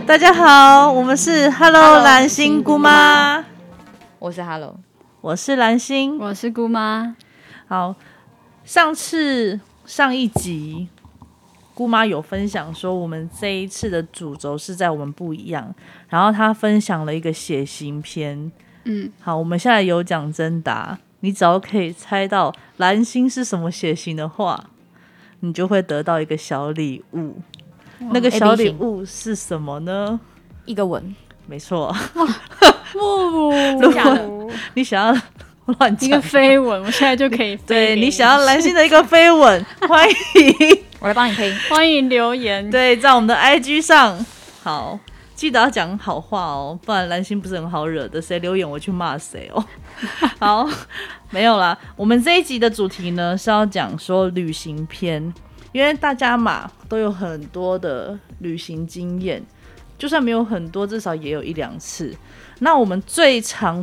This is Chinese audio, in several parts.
大家好，我们是 Hello 蓝心姑妈， 我是 Hello， 我是蓝心， 我是姑妈。 好，上一集姑妈有分享说，我们这一次的主轴是在我们不一样，然后她分享了一个血型篇。好，我们现在有奖征答，你只要可以猜到蓝心是什么血型的话，你就会得到一个小礼物。那个小礼物是什么呢？ 一个吻， 没错。 如果你想要乱讲一个飞吻，我现在就可以飞。 对，你想要蓝心的一个飞吻，欢迎， 我来帮你配。 欢迎留言。 对，在我们的 IG 上，好，记得要讲好话哦，不然蓝心不是很好惹的，谁留言我去骂谁哦。好，没有啦，我们这一集的主题呢是要讲说旅行篇，因为大家嘛都有很多的旅行经验，就算没有很多，至少也有一两次。那我们最常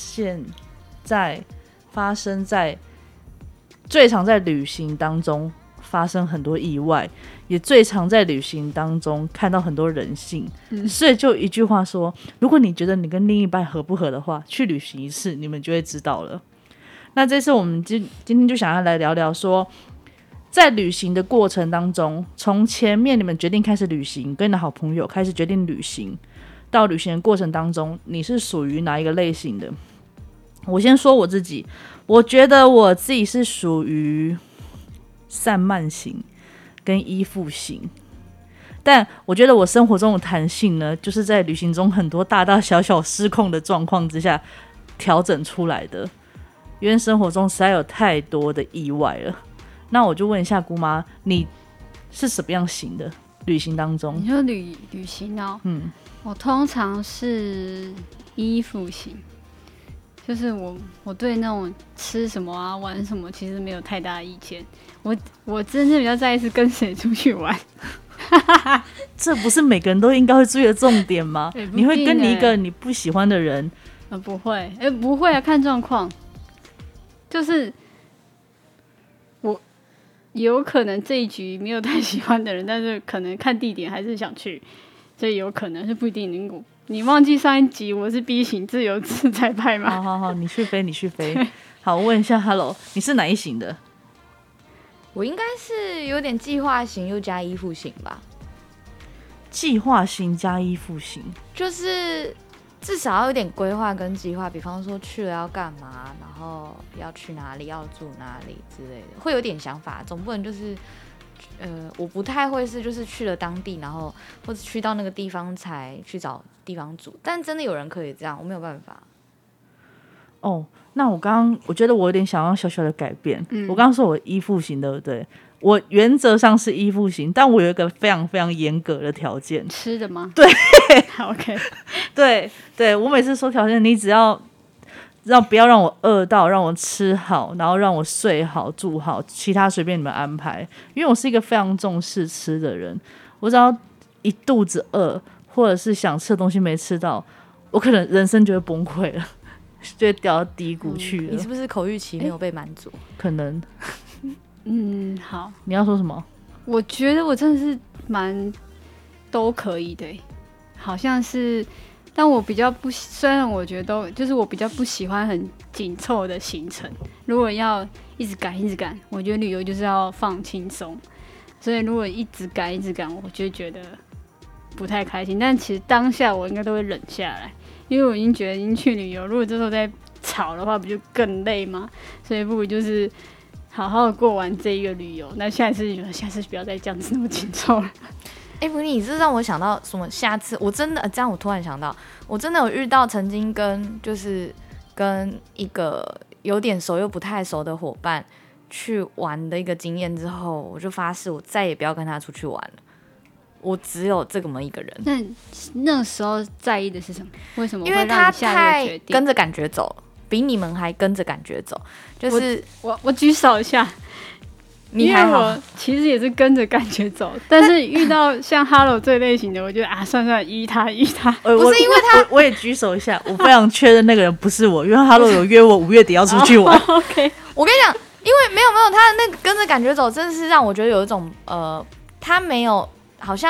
在旅行当中发生很多意外，也最常在旅行当中看到很多人性。所以就一句话说，如果你觉得你跟另一半合不合的话，去旅行一次，你们就会知道了。那这次我们今天就想要来聊聊说，在旅行的过程当中，从前面你们决定开始旅行，跟你的好朋友开始决定旅行，到旅行的过程当中，你是属于哪一个类型的？我先说我自己，我觉得我自己是属于散漫型跟依附型，但我觉得我生活中的弹性呢，就是在旅行中很多大大小小失控的状况之下调整出来的，因为生活中实在有太多的意外了。那我就问一下姑妈，你是什么样型的旅行当中？ 你说旅行哦，我通常是依附型，就是我对那种吃什么啊、玩什么其实没有太大的意见。我真正比较在意是跟谁出去玩。 这不是每个人都应该会注意的重点吗？你会跟你一个你不喜欢的人？ 不会，不会啊，看状况。就是我有可能这一局没有太喜欢的人，但是可能看地点还是想去，所以有可能是不一定能够。你忘记上一集我是 B 型自由自在派吗？ 好，你去飞。好，我问一下 Hello， 你是哪一型的？ 我应该是有点计划型又加依附型吧。 计划型加依附型， 就是至少要有点规划跟计划，比方说去了要干嘛，然后要去哪里，要住哪里之类的，会有点想法，总不能就是我不太会是就是去了当地，然后或者去到那个地方才去找地方住，但真的有人可以这样，我没有办法。 哦，那我觉得我有点想要小小的改变。我刚刚说我依附型，对不对？我原则上是依附型，但我有一个非常非常严格的条件。 吃的吗？ 对 ，OK， 对，我每次说条件，你只要不要让我饿到，让我吃好，然后让我睡好住好，其他随便你们安排。因为我是一个非常重视吃的人，我只要一肚子饿，或者是想吃的东西没吃到，我可能人生就会崩溃了，就会掉到低谷去了。 你是不是口欲期没有被满足？ 可能。 好。 你要说什么？ 我觉得我真的是蛮都可以的，好像是，但我比较不，虽然我觉得就是我比较不喜欢很紧凑的行程，如果要一直赶，我觉得旅游就是要放轻松，所以如果一直赶，我就觉得不太开心。但其实当下我应该都会忍下来，因为我已经觉得已经去旅游，如果这时候再吵的话，不就更累吗？所以不如就是好好的过完这一个旅游，那下次不要再这样子那么紧凑了。 不，你这让我想到什么？下次我真的这样，我突然想到，我真的有遇到曾经跟一个有点熟又不太熟的伙伴去玩的一个经验之后，我就发誓我再也不要跟他出去玩了。我只有这么一个人。 那时候在意的是什么？为什么会因为他让你下太这个决定？ 跟着感觉走，比你们还跟着感觉走。就是我举手一下。 你还好， 因为我其实也是跟着感觉走，但是遇到像 Hello 这类型的，我觉得算依他。 不是因为他， 我也举手一下，我非常确认那个人不是我，因为 Hello 有约我5月底要出去玩。 OK， 我跟你讲，因为没有他的那个跟着感觉走，真的是让我觉得有一种他没有好像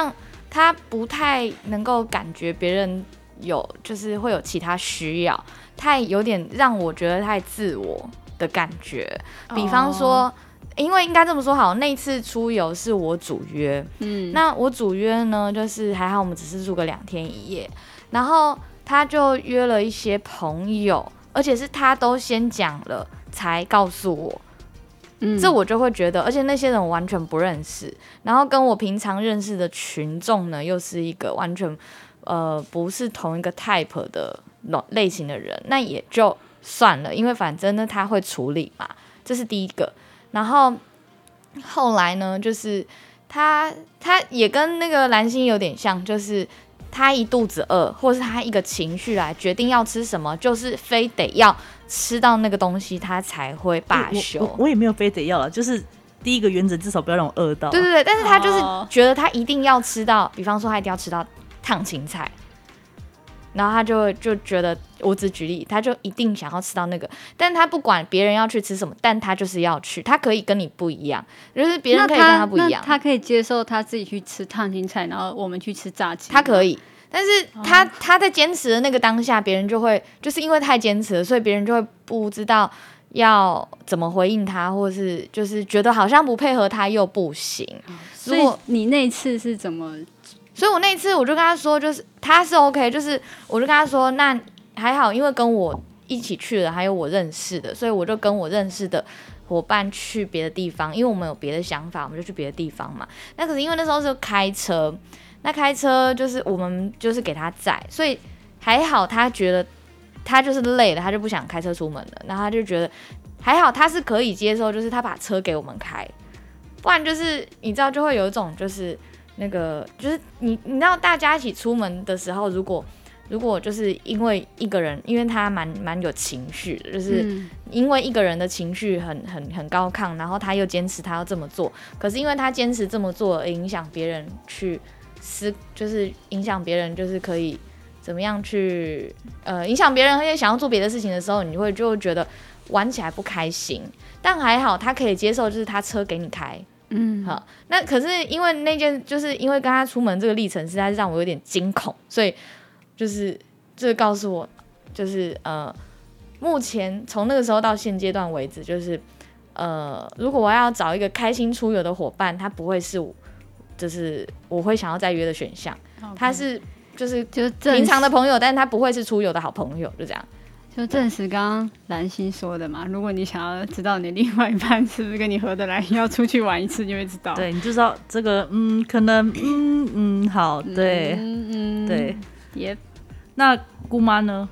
他不太能够感觉别人就是会有其他需要，太有点让我觉得太自我的感觉。比方说，因为应该这么说好，那一次出游是我主约，那我主约呢，就是还好我们只是住个2天1夜，然后他就约了一些朋友，而且是他都先讲了才告诉我。这我就会觉得，而且那些人我完全不认识，然后跟我平常认识的群众呢，又是一个完全不是同一个 type 的类型的人，那也就算了，因为反正呢他会处理嘛，这是第一个。然后后来呢，就是他也跟那个蓝心有点像，就是他一肚子饿，或是他一个情绪来决定要吃什么，就是非得要吃到那个东西，他才会罢休。 我也没有非得要了，就是第一个原则，至少不要让我饿到。 对对对，但是他就是觉得他一定要吃到，比方说他一定要吃到烫青菜，然后他就觉得，我只举例，他就一定想要吃到那个，但他不管别人要去吃什么，但他就是要去，他可以跟你不一样，就是别人可以跟他不一样， 那他可以接受他自己去吃烫青菜，然后我们去吃炸鸡， 他可以。但是他在坚持的那个当下，别人就会就是因为太坚持了，所以别人就会不知道要怎么回应他，或是就是觉得好像不配合他又不行。 所以你那一次是怎么？ 所以我那一次我就跟他说，就是他是 OK， 就是我就跟他说，那还好，因为跟我一起去的还有我认识的，所以我就跟我认识的伙伴去别的地方，因为我们有别的想法，我们就去别的地方嘛。那可是因为那时候是开车。那开车就是我们就是给他载，所以还好他觉得他就是累了，他就不想开车出门了，然后他就觉得还好他是可以接受，就是他把车给我们开，不然就是你知道就会有一种就是那个就是你知道大家一起出门的时候，如果就是因为一个人，因为他蛮有情绪的，就是因为一个人的情绪很高亢，然后他又坚持他要这么做，可是因为他坚持这么做而影响别人去。就是影响别人，就是可以怎么样去影响别人，而且想要做别的事情的时候，你就会觉得玩起来不开心。但还好他可以接受，就是他车给你开，好。那可是因为那件，就是因为跟他出门这个历程实在是让我有点惊恐，所以就是这告诉我，就是目前从那个时候到现阶段为止，就是如果我要找一个开心出游的伙伴，他不会是我。就是我会想要再约的选项，他是就是平常的朋友，但是他不会是出游的好朋友，就这样。 就证实刚刚蓝心说的嘛，如果你想要知道你的另外一半是不是跟你合得来，要出去玩一次就会知道。 对，你就知道这个可能好，对对也。 那姑妈呢？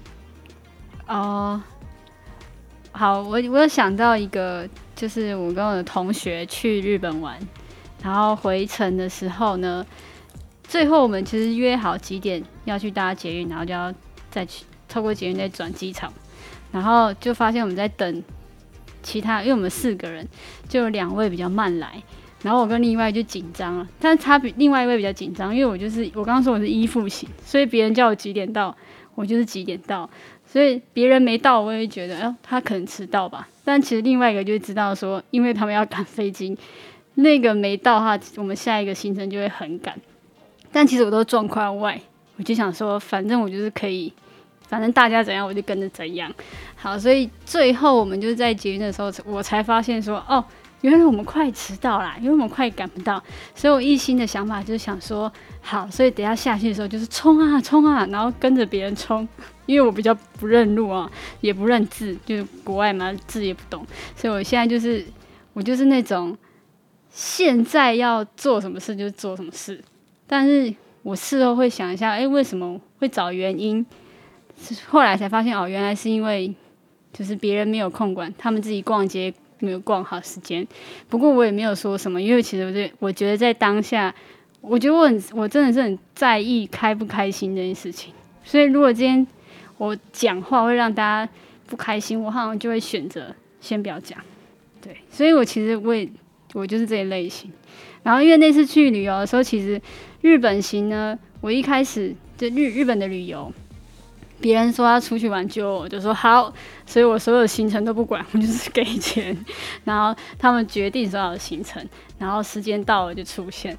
好，我有想到一个，就是我跟我的同学去日本玩。然后回程的时候呢，最后我们其实约好几点要去搭捷运，然后就要再去透过捷运再转机场，然后就发现我们在等其他，因为我们4个人，就有2位比较慢来，然后我跟另外就紧张了，但是他比另外一位比较紧张，因为我刚刚说我是依附型，所以别人叫我几点到，我就是几点到，所以别人没到，我也觉得他可能迟到吧，但其实另外一个就知道说，因为他们要赶飞机。那个没到的话，我们下一个行程就会很赶。但其实我都状况外，我就想说，反正我就是可以，反正大家怎样我就跟着怎样。好，所以最后我们就是在捷运的时候，我才发现说，原来我们快迟到啦，因为我们快赶不到。所以我一心的想法就是想说，好，所以等一下下去的时候就是冲啊冲啊，然后跟着别人冲，因为我比较不认路啊，也不认字，就是国外嘛，字也不懂，所以我现在就是我就是那种。现在要做什么事就做什么事，但是我事后会想一下，为什么会找原因？后来才发现，原来是因为就是别人没有空管，他们自己逛街没有逛好时间。不过我也没有说什么，因为其实我觉得在当下，我觉得我真的是很在意开不开心这件事情。所以如果今天我讲话会让大家不开心，我好像就会选择先不要讲。对，所以我其实我就是这一类型。然后因为那次去旅游的时候，其实日本行呢，我一开始就日本的旅游，别人说要出去玩我就说好，所以我所有的行程都不管，我就是给钱，然后他们决定所有的行程，然后时间到了就出现。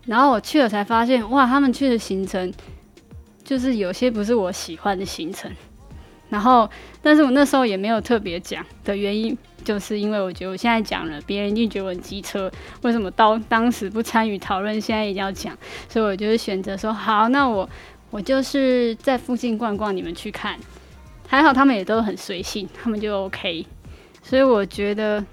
然后我去了才发现，哇，他们去的行程就是有些不是我喜欢的行程。然后，但是我那时候也没有特别讲的原因，就是因为我觉得我现在讲了，别人一定觉得我很机车，为什么当时不参与讨论，现在一定要讲？所以我就是选择说，好，那我就是在附近逛逛，你们去看。还好他们也都很随性，他们就 OK。所以我觉得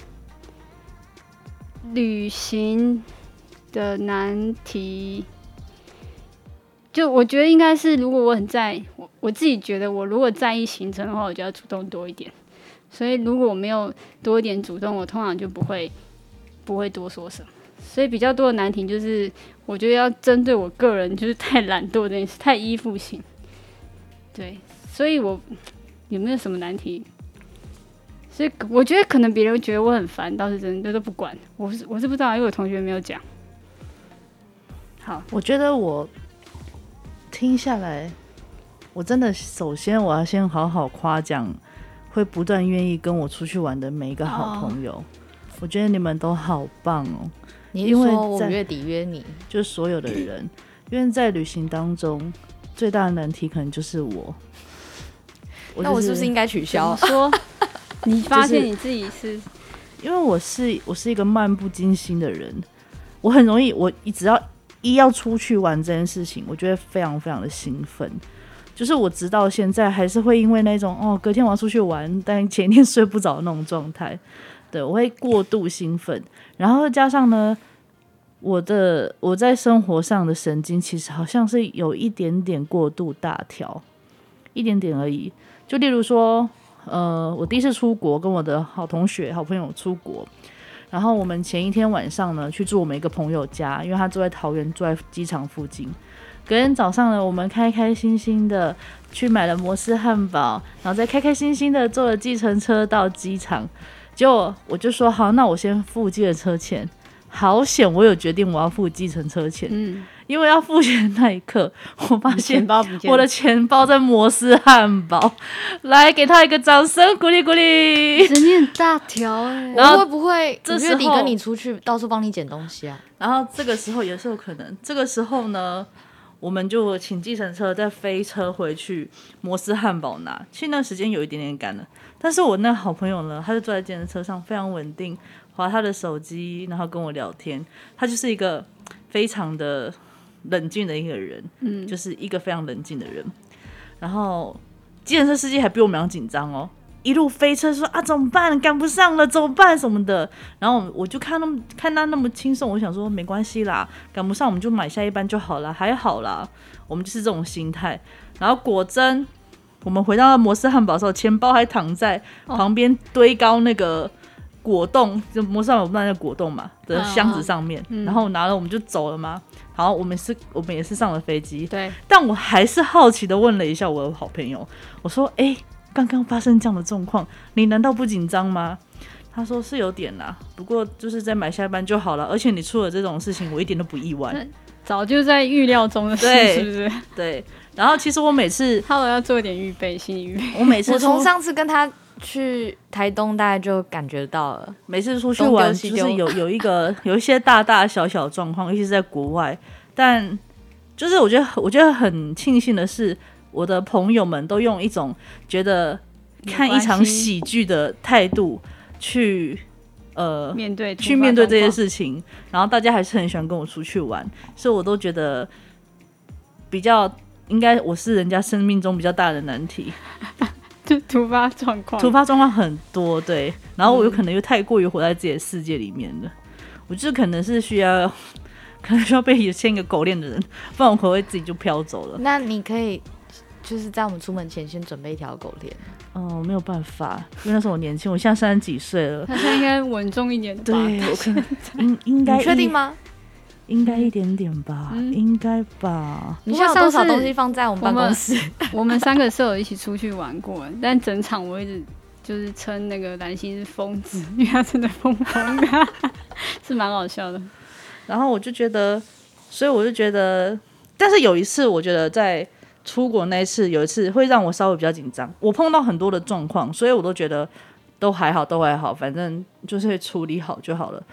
旅行的难题，就我觉得应该是，如果我自己觉得，我如果在意行程的话，我就要主动多一点。所以如果我没有多一点主动，我通常就不会多说什么。所以比较多的难题就是，我觉得要针对我个人，就是太懒惰这件事，太依附性。对，所以我有没有什么难题？所以我觉得可能别人觉得我很烦，倒是真的都不管。我是不知道，因为我同学没有讲。好， 我觉得我听下来，我真的首先我要先好好夸奖会不断愿意跟我出去玩的每一个好朋友。我觉得你们都好棒哦。 你是说我5月底约你？ 就是所有的人，因为在旅行当中最大的难题可能就是我。 那我是不是应该取消？ 说你发现你自己是， 因为我是一个漫不经心的人，我很容易，我只要出去玩这件事情，我觉得非常非常的兴奋。就是我直到现在还是会因为那种隔天我要出去玩，但前一天睡不着的那种状态，对，我会过度兴奋，然后加上呢，我在生活上的神经其实好像是有一点点过度大条，一点点而已。就例如说，我第一次出国，跟我的好同学、好朋友出国，然后我们前一天晚上呢去住我们一个朋友家，因为他住在桃园，住在机场附近。隔天早上呢，我们开开心心的去买了摩斯汉堡，然后再开开心心的坐了计程车到机场。结果我就说好，那我先付计程车钱。好险，我有决定我要付计程车钱。因为要付钱那一刻，我发现我的钱包在摩斯汉堡。来，给他一个掌声，鼓励鼓励。 神经很大条然后会不会5月底跟你出去到处帮你捡东西啊？ 然后这个时候也是有可能。这个时候呢，我们就请计程车再飞车回去摩斯汉堡拿。其实那时间有一点点赶了，但是我那好朋友呢，他就坐在计程车上非常稳定，滑他的手机，然后跟我聊天。他就是一个非常的冷静的一个人，就是一个非常冷静的人。然后计程车司机还比我们俩紧张哦，一路飞车说怎么办，赶不上了怎么办什么的。然后我就看他那么轻松，我想说没关系啦，赶不上我们就买下一班就好了，还好啦，我们就是这种心态。然后果真我们回到摩斯汉堡的时候，钱包还躺在旁边堆高那个果冻，就摩斯汉堡不是那个果冻嘛的箱子上面，然后拿了我们就走了嘛。好，我们也是上了飞机， 对， 但我还是好奇的问了一下我的好朋友，我说刚刚发生这样的状况，你难道不紧张吗？他说是有点啦，不过就是再买下一班就好了，而且你出了这种事情我一点都不意外， 早就在预料中的事，是不是？ 对，然后其实我每次他要做一点预备，心理预备。 我从上次跟他去台东大概就感觉到了， 每次出去玩就是有一些大大小小状况，尤其是在国外。但就是我觉得很庆幸的是，我的朋友们都用一种觉得看一场喜剧的态度去面对这些事情，然后大家还是很喜欢跟我出去玩，所以我都觉得比较应该我是人家生命中比较大的难题。 就突发状况很多，对，然后我有可能又太过于活在自己的世界里面了，我就是可能需要被牵一个狗链的人，不然我可能会自己就飘走了。 那你可以就是在我们出门前先准备一条狗链。 没有办法，因为那时候我年轻，我现在30几岁了， 他现在应该稳重一点吧？ 对，我可能应该， 你确定吗？ 应该一点点吧，应该吧。 你现在有多少东西放在我们办公室？ 我们3个舍友一起出去玩过，但整场我一直就是称那个蓝心是疯子，因为他真的疯疯的，是蛮好笑的。 然后我就觉得，所以我就觉得，但是有一次，我觉得在出国那一次，有一次会让我稍微比较紧张。我碰到很多的状况，所以我都觉得都还好，反正就是处理好就好了。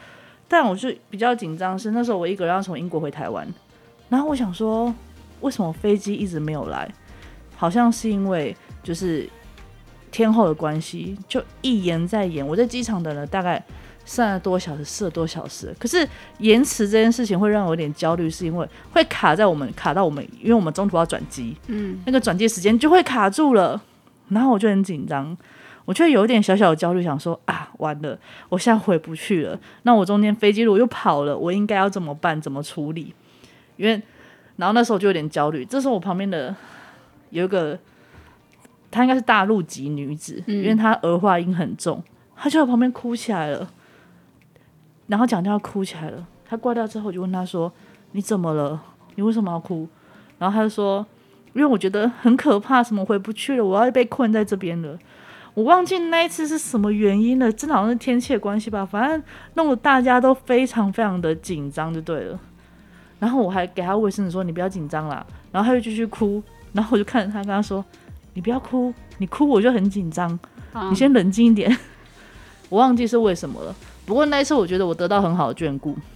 但我就比较紧张是那时候我一个人要从英国回台湾，然后我想说为什么飞机一直没有来，好像是因为就是天候的关系，就一延再延，我在机场等了大概4个多小时，可是延迟这件事情会让我有点焦虑，是因为会卡到我们，因为我们中途要转机，那个转机时间就会卡住了，然后我就很紧张，我就有一点小小的焦虑，想说啊，完了，我现在回不去了，那我中间飞机如果又跑了，我应该要怎么办，怎么处理？然后那时候就有点焦虑，这时候我旁边的有一个，她应该是大陆籍女子，因为她儿化音很重，她就在旁边哭起来了，然后讲电话哭起来了。她挂掉之后，我就问她说：“你怎么了？你为什么要哭？”然后她就说：“因为我觉得很可怕，什么回不去了，我要被困在这边了。”我忘记那一次是什么原因了，真的好像是天气的关系吧，反正弄得大家都非常非常的紧张就对了。然后我还给他卫生纸说你不要紧张啦，然后他就继续哭，然后我就看着他跟他说你不要哭，你哭我就很紧张，你先冷静一点。我忘记是为什么了，不过那一次我觉得我得到很好的眷顾。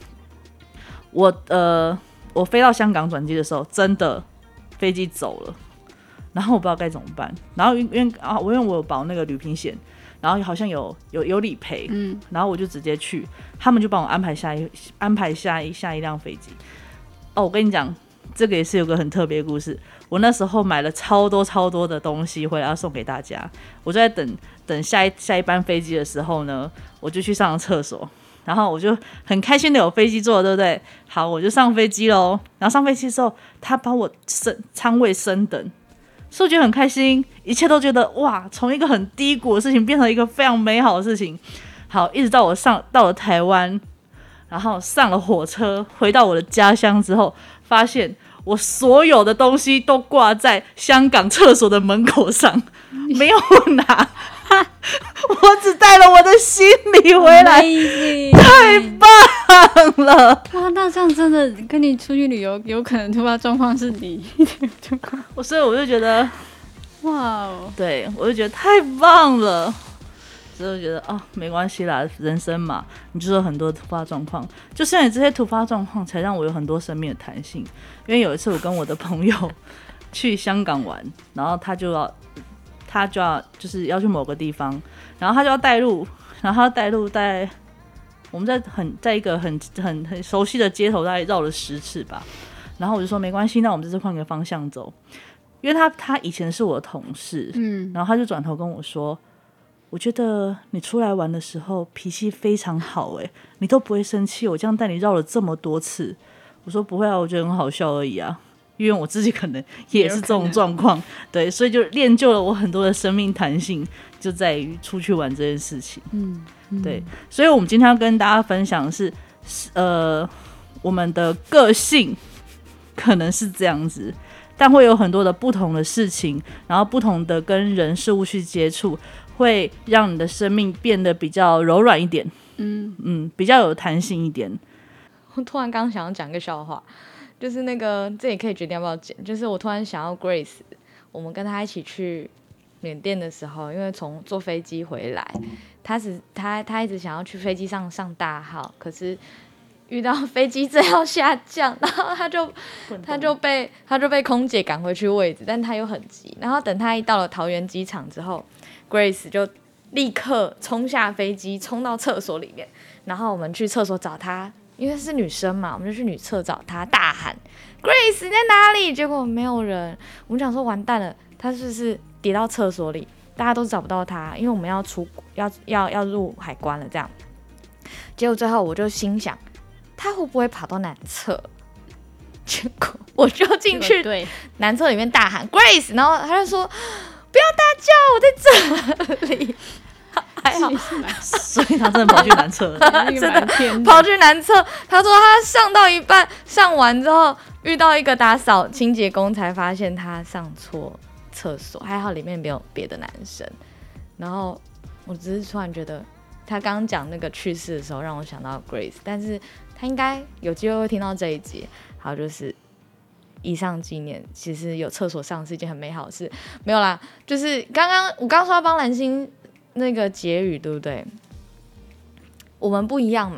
我飞到香港转机的时候，真的飞机走了，然后我不知道该怎么办，然后因为我有保那个旅平险，然后好像有理赔，然后我就直接去，他们就帮我安排下一辆飞机。哦，我跟你讲，这个也是有个很特别的故事。我那时候买了超多的东西回来要送给大家，我就在等下一班飞机的时候呢，我就去上了厕所，然后我就很开心的有飞机坐，对不对？好，我就上飞机咯。然后上飞机的时候，他把我舱位升等，所以我觉得很开心，一切都觉得哇，从一个很低谷的事情变成一个非常美好的事情。好，一直到我到了台湾，然后上了火车回到我的家乡之后，发现我所有的东西都挂在香港厕所的门口上，没有拿。我只带了我的行李回来，太棒了！ 哇，那这样真的跟你出去旅游，有可能突发状况是你的状况。 所以我就觉得， 哇哦， 对我就觉得太棒了。所以我觉得没关系啦，人生嘛，你就是有很多突发状况，就是因为这些突发状况，才让我有很多生命的弹性。因为有一次我跟我的朋友去香港玩，然后他就要就是要去某个地方，然后他就要带路，然后他带路我们在一个很熟悉的街头，大概绕了10次吧。然后我就说没关系，那我们这次换个方向走，因为他以前是我的同事，然后他就转头跟我说。我觉得你出来玩的时候脾气非常好你都不会生气，我这样带你绕了这么多次。我说不会啊，我觉得很好笑而已啊，因为我自己可能也是这种状况，对，所以就练就了我很多的生命弹性，就在于出去玩这件事情。对，所以我们今天要跟大家分享的是我们的个性可能是这样子，但会有很多的不同的事情，然后不同的跟人事物去接触，会让你的生命变得比较柔软一点，比较有弹性一点。 我突然刚想要讲一个笑话，就是那个这也可以决定要不要剪，就是我突然想要 Grace， 我们跟她一起去缅甸的时候，因为从坐飞机回来，她一直想要去飞机上大号，可是遇到飞机正要下降，然后他就被空姐赶回去位置，但他又很急，然后等他一到了桃园机场之后 ，Grace 就立刻冲下飞机，冲到厕所里面，然后我们去厕所找他，因为是女生嘛，我们就去女厕找他，大喊 Grace 你在哪里？结果没有人，我们想说完蛋了，他是不是跌到厕所里？大家都找不到他，因为我们要要入海关了，这样。结果最后我就心想。他会不会跑到男厕？结果我就进去男厕里面大喊 Grace， 然后他就说不要大叫，我在这里。还好， 所以他真的跑去男厕了， 真的跑去男厕。他说他上到一半，上完之后遇到一个打扫清洁工，才发现他上错厕所，还好里面没有别的男生。然后我只是突然觉得，他刚刚讲那个趣事的时候，让我想到 Grace， 但是。他应该有机会会听到这一集，好，就是以上纪念，其实有厕所上是一件很美好的事，没有啦，就是我刚说要帮蓝心那个结语，对不对？我们不一样嘛，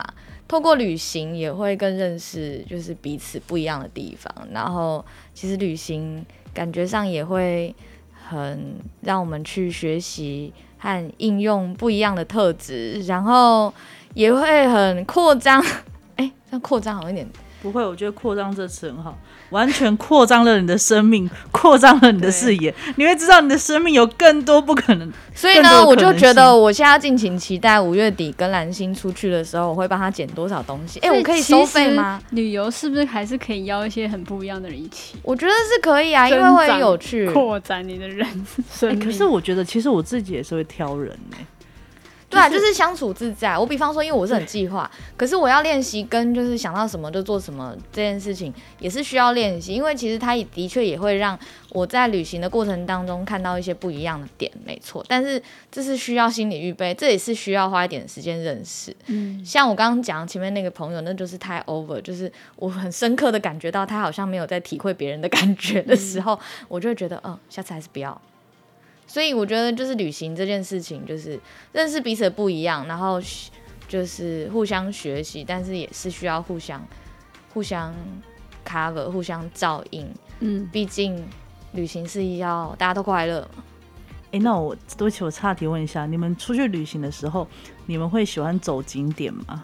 透过旅行也会更认识就是彼此不一样的地方，然后其实旅行感觉上也会很让我们去学习和应用不一样的特质，然后也会很扩张。这样扩张好像有点不会，我觉得扩张这词很好，完全扩张了你的生命，扩张了你的视野，你会知道你的生命有更多不可能。 所以呢，我就觉得我现在要敬请期待5月底跟蓝星出去的时候，我会帮他捡多少东西。我可以收费吗？ 旅游是不是还是可以邀一些很不一样的人一起？ 我觉得是可以啊，因为会很有趣， 扩展你的人生。 可是我觉得其实我自己也是会挑人对啊，就是相处自在。我比方说，因为我是很计划，可是我要练习跟就是想到什么就做什么这件事情，也是需要练习。因为其实它的确也会让我在旅行的过程当中看到一些不一样的点，没错。但是这是需要心理预备，这也是需要花一点时间认识。像我刚刚讲前面那个朋友，那就是太 over， 就是我很深刻的感觉到他好像没有在体会别人的感觉的时候，我就会觉得，下次还是不要。所以我觉得就是旅行这件事情，就是认识彼此的不一样，然后就是互相学习，但是也是需要互相 cover、互相照应。毕竟旅行是要大家都快乐嘛。 那对不起，我岔题问一下，你们出去旅行的时候，你们会喜欢走景点吗？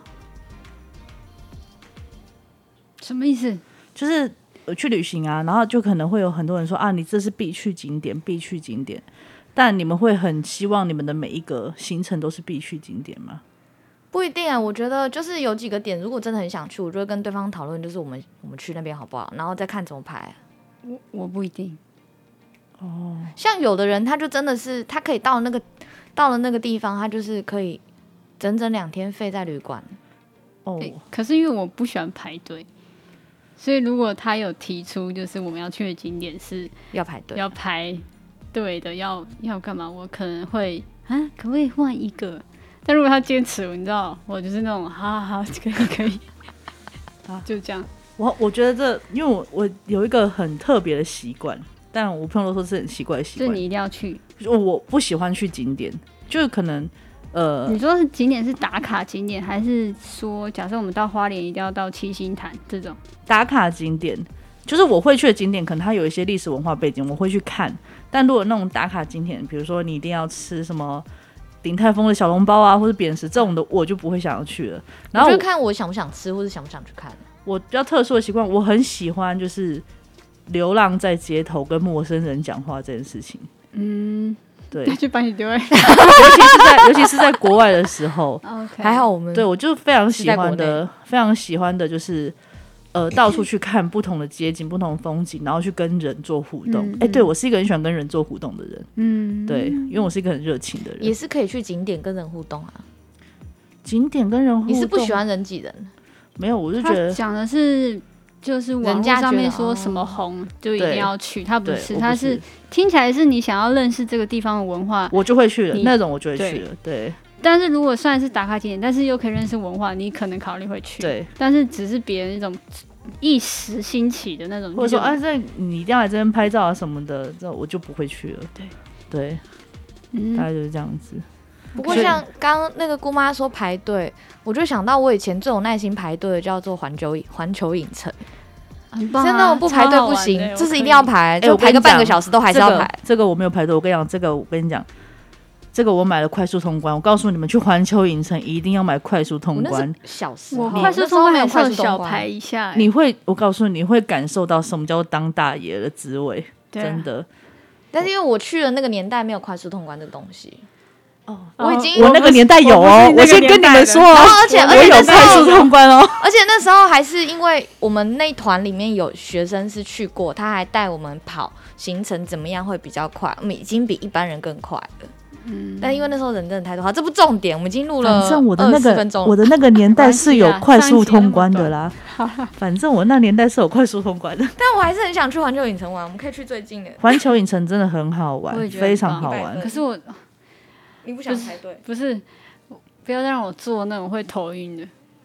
什么意思？ 就是去旅行啊，然后就可能会有很多人说啊，你这是必去景点，必去景点。但你们会很希望你们的每一个行程都是必去景点吗？ 不一定啊，我觉得就是有几个点，如果真的很想去，我就会跟对方讨论，就是我们去那边好不好，然后再看怎么排。 我不一定。 像有的人他就真的是他可以到了那个地方，他就是可以整整2天废在旅馆。 可是因为我不喜欢排队，所以如果他有提出就是我们要去的景点是要排队， 要排队的，要干嘛，我可能会可不可以换一个？但如果他坚持，你知道，我就是那种好可以就这样。 我觉得因为我有一个很特别的习惯，但我朋友都说是很奇怪的习惯， 就是你一定要去。 我不喜欢去景点，就是可能你说是景点是打卡景点，还是说假设我们到花莲一定要到七星潭这种打卡景点？就是我会去的景点，可能它有一些历史文化背景，我会去看。但如果那种打卡景点，比如说你一定要吃什么鼎泰丰的小笼包啊，或者扁食这种的，我就不会想要去了。然后我就看我想不想吃，或者想不想去看。 我比较特殊的习惯，我很喜欢就是流浪在街头跟陌生人讲话这件事情。对， 他就把你丢在尤其是在国外的时候， 还好我们对我就非常喜欢的就是。到处去看不同的街景、不同的风景，然后去跟人做互动。对，我是一个很喜欢跟人做互动的人。对，因为我是一个很热情的人。 也是可以去景点跟人互动啊。 景点跟人互动， 你是不喜欢人挤人？ 没有，我就觉得讲的是就是网络上面说什么红就一定要去，他不是，他是听起来是你想要认识这个地方的文化， 我就会去了，那种我就会去了。对。 但是如果算是打卡景点，但是又可以认识文化，你可能考虑会去。对，但是只是别人那种一时兴起的那种， 或者说这你一定要来这边拍照啊什么的，这我就不会去了。对，大概就是这样子。 不过像刚刚那个姑妈说排队，我就想到我以前最有耐心排队的叫做环球影城。 很棒啊， 真的我不排队不行，这是一定要排，就排个半个小时都还是要排。 这个我没有排队，我跟你讲。这个我买了快速通关，我告诉你们，去环球影城一定要买快速通关。 小时候我快速通关还是小排一下， 我告诉你会感受到什么叫做当大爷的滋味，真的。 但是因为我去了那个年代没有快速通关这个东西。 我那个年代有我先跟你们说而且我有快速通关而且那时候还是因为我们那一团里面有学生是去过，他还带我们跑行程怎么样会比较快，我们已经比一般人更快了。但因为那时候人真的太多，好，这不重点，我们已经录了20分钟。 我的那个年代是有快速通关的啦，反正我那年代是有快速通关的。 但我还是很想去环球影城玩，我们可以去最近的。 环球影城真的很好玩，非常好玩。 可是你不想排队？ 不是，不要再让我做那种会头晕的。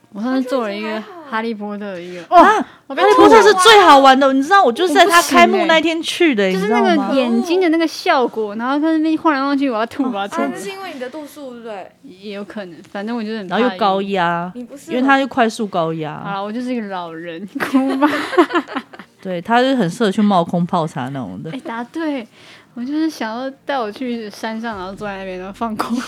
我上次做了一个哈利波特的一个， 哈利波特是最好玩的，你知道，我就是在它开幕我不行欸那天去的， 就是那你知道吗个？眼睛的那个效果，然后在那边晃来晃去，我要吐，我要吐， 啊，这是因为你的度数对不对？ 也有可能，反正我就是很怕然后又高压， 你不是因为它就快速高好压， 了，我就是一个老人，哭吧。 对，它是很适合去冒空泡茶那种的哎、。答对，我就是想要带我去山上，然后坐在那边，然后放空，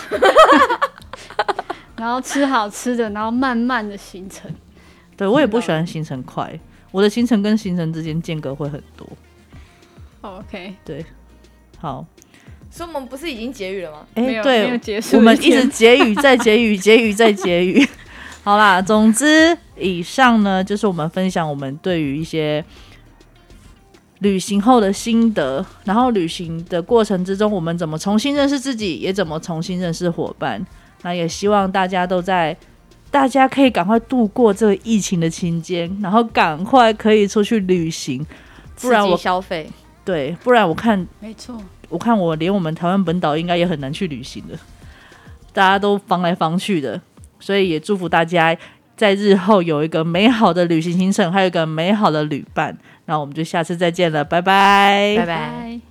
然后吃好吃的，然后慢慢的行程。 对我也不喜欢行程快，我的行程跟行程之间间隔会很多。 OK， 对，好， 所以我们不是已经结语了吗？ 哎、 没有对， 结束， 我们一直结语再结语，结语再结语。好啦，总之以上呢就是我们分享我们对于一些旅行后的心得，然后旅行的过程之中，我们怎么重新认识自己，也怎么重新认识伙伴。那也希望大家可以赶快度过这个疫情的期间，然后赶快可以出去旅行，不然刺激我消费， 对，不然我看没错， 我连我们台湾本岛应该也很难去旅行了，大家都防来防去的，所以也祝福大家在日后有一个美好的旅行行程，还有一个美好的旅伴。那我们就下次再见了，拜拜， 拜拜。